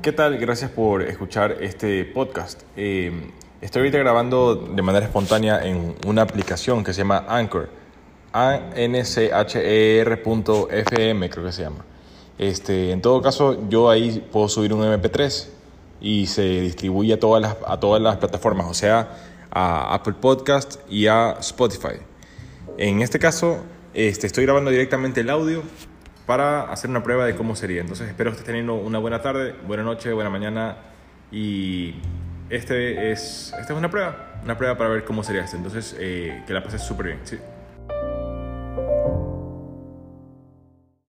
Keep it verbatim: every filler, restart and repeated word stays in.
¿Qué tal? Gracias por escuchar este podcast. Eh, estoy ahorita grabando de manera espontánea en una aplicación que se llama Anchor. A N C H E R punto F M creo que se llama. Este, en todo caso, yo ahí puedo subir un M P tres y se distribuye a todas las, a todas las plataformas, o sea, a Apple Podcast y a Spotify. En este caso, este, estoy grabando directamente el audio para hacer una prueba de cómo sería. Entonces espero que estés teniendo una buena tarde, buena noche, buena mañana. Y este es, esta es una prueba, una prueba para ver cómo sería esto. Entonces, eh, que la pases súper bien, ¿sí?